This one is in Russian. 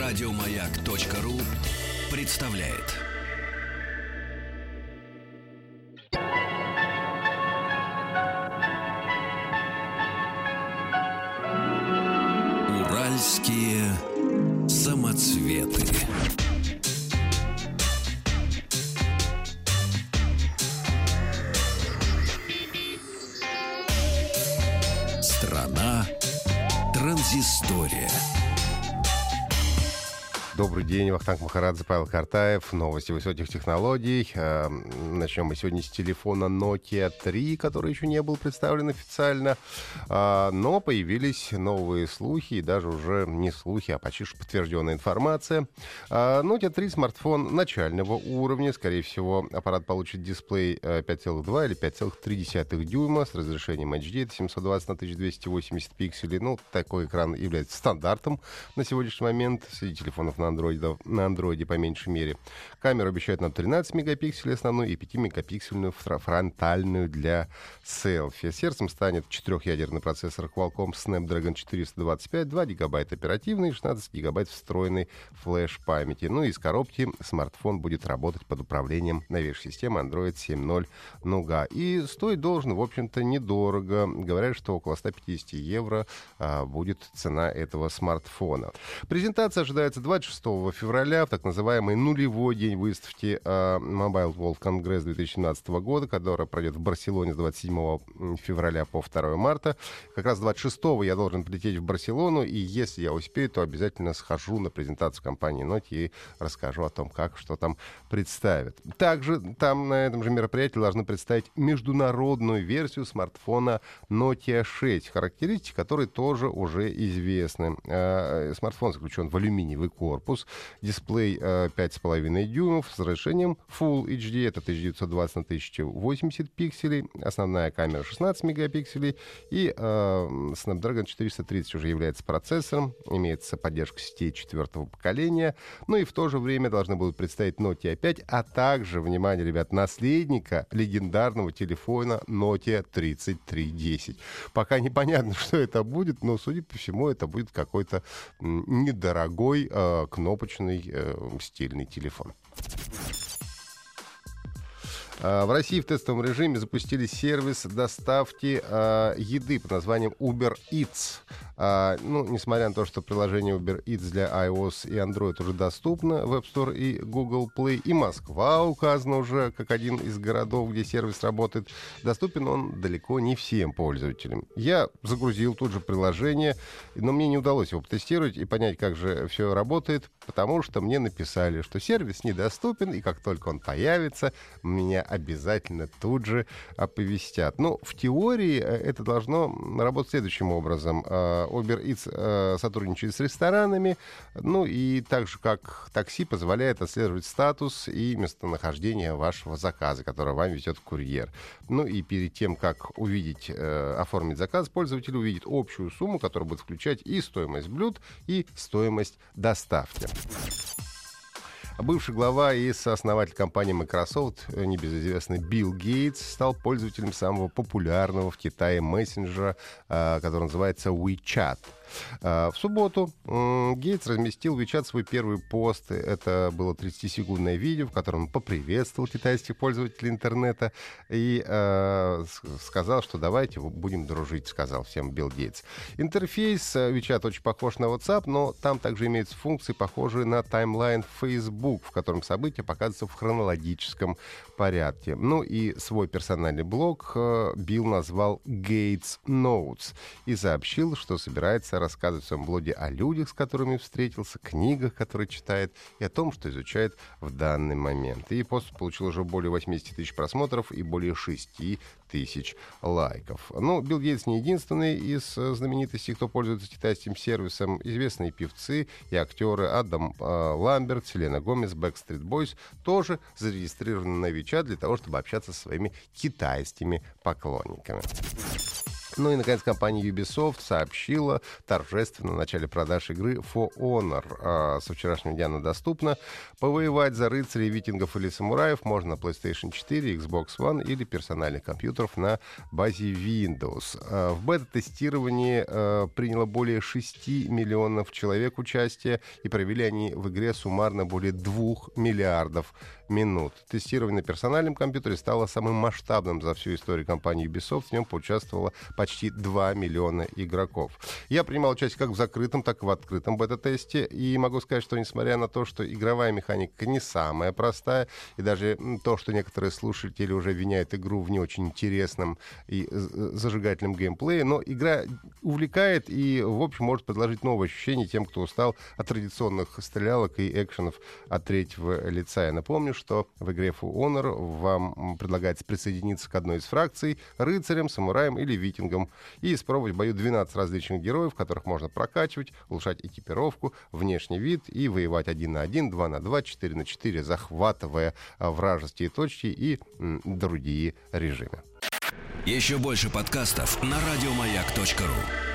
Радиомаяк.ру представляет. Уральские самоцветы. Страна транзистория. Добрый день, Вахтанг Махарадзе, Павел Картаев. Новости высоких технологий. Начнем мы сегодня с телефона Nokia 3, который еще не был представлен официально. Но появились новые слухи, и даже уже не слухи, а почти что подтвержденная информация. Nokia 3 смартфон начального уровня. Скорее всего, аппарат получит дисплей 5,2 или 5,3 дюйма с разрешением HD. Это 720 на 1280 пикселей. Ну, такой экран является стандартом на сегодняшний момент среди телефонов на андроиде по меньшей мере. Камеру обещают нам 13 мегапикселей основную и 5-мегапиксельную фронтальную для селфи. Сердцем станет 4-ядерный процессор Qualcomm Snapdragon 425, 2 гигабайта оперативной и 16 гигабайт встроенной флеш-памяти. Ну и из коробки смартфон будет работать под управлением новейшей системы Android 7.0 Nougat. И стоить должен, в общем-то, недорого. Говорят, что около 150 евро будет цена этого смартфона. Презентация ожидается 26 февраля, в так называемый нулевой день выставки Mobile World Congress 2017 года, которая пройдет в Барселоне с 27 февраля по 2 марта. Как раз 26 я должен прилететь в Барселону, и если я успею, то обязательно схожу на презентацию компании Nokia и расскажу о том, как, что там представят. Также там на этом же мероприятии должны представить международную версию смартфона Nokia 6, характеристики которой тоже уже известны. Смартфон заключен в алюминиевый корпус, дисплей 5,5 дюймов с разрешением Full HD, это 1920 на 1080 пикселей, основная камера 16 мегапикселей, и Snapdragon 430 уже является процессором, имеется поддержка сетей 4-го поколения, ну и в то же время должны будут представить Nokia 5, а также, внимание, ребят, наследника легендарного телефона Nokia 3310. Пока непонятно, что это будет, но, судя по всему, это будет какой-то недорогой кнопочный стильный телефон. В России в тестовом режиме запустили сервис доставки еды под названием Uber Eats. Несмотря на то, что приложение Uber Eats для iOS и Android уже доступно в App Store и Google Play, и Москва указана уже как один из городов, где сервис работает, доступен он далеко не всем пользователям. Я загрузил тут же приложение, но мне не удалось его потестировать и понять, как же все работает, потому что мне написали, что сервис недоступен, и как только он появится, меня обязательно тут же оповестят. Но в теории это должно работать следующим образом. Uber Eats сотрудничает с ресторанами, ну и так же, как такси, позволяет отслеживать статус и местонахождение вашего заказа, который вам везет курьер. Ну и перед тем, как оформить заказ, пользователь увидит общую сумму, которая будет включать и стоимость блюд, и стоимость доставки. Бывший глава и сооснователь компании Microsoft, небезызвестный Билл Гейтс, стал пользователем самого популярного в Китае мессенджера, который называется WeChat. В субботу Гейтс разместил в WeChat свой первый пост. Это было 30-секундное видео, в котором он поприветствовал китайских пользователей интернета и сказал, что давайте будем дружить, сказал всем Билл Гейтс. Интерфейс WeChat очень похож на WhatsApp, но там также имеются функции, похожие на таймлайн Facebook, в котором события показываются в хронологическом порядке. Ну и свой персональный блог Билл назвал Gates Notes и сообщил, что собирается рассказывать в своем блоге о людях, с которыми встретился, книгах, которые читает, и о том, что изучает в данный момент. И пост получил уже более 80 тысяч просмотров и более 6 тысяч лайков. Но Билл Гейтс не единственный из знаменитостей, кто пользуется китайским сервисом. Известные певцы и актеры Адам Ламберт, Селена Гомес, Backstreet Boys тоже зарегистрированы на WeChat для того, чтобы общаться со своими китайскими поклонниками. Ну и, наконец, компания Ubisoft сообщила торжественно о начале продаж игры For Honor. Со вчерашнего дня она доступна. Повоевать за рыцарей, викингов или самураев можно на PlayStation 4, Xbox One или персональных компьютеров на базе Windows. В бета-тестировании приняло более 6 миллионов человек участие, и провели они в игре суммарно более 2 миллиардов минут. Тестирование на персональном компьютере стало самым масштабным за всю историю компании Ubisoft. В нем поучаствовало почти 2 миллиона игроков. Я принимал участие как в закрытом, так и в открытом бета-тесте. И могу сказать, что несмотря на то, что игровая механика не самая простая, и даже то, что некоторые слушатели уже обвиняют игру в не очень интересном и зажигательном геймплее, но игра увлекает и, в общем, может предложить новые ощущения тем, кто устал от традиционных стрелялок и экшенов от третьего лица. Я напомню, что в игре For Honor вам предлагается присоединиться к одной из фракций — рыцарям, самураям или викингам, и испробовать в бою 12 различных героев, которых можно прокачивать, улучшать экипировку, внешний вид и воевать 1 на 1, 2 на 2, 4 на 4, захватывая вражеские точки и другие режимы. Еще больше подкастов на радиомаяк.ру.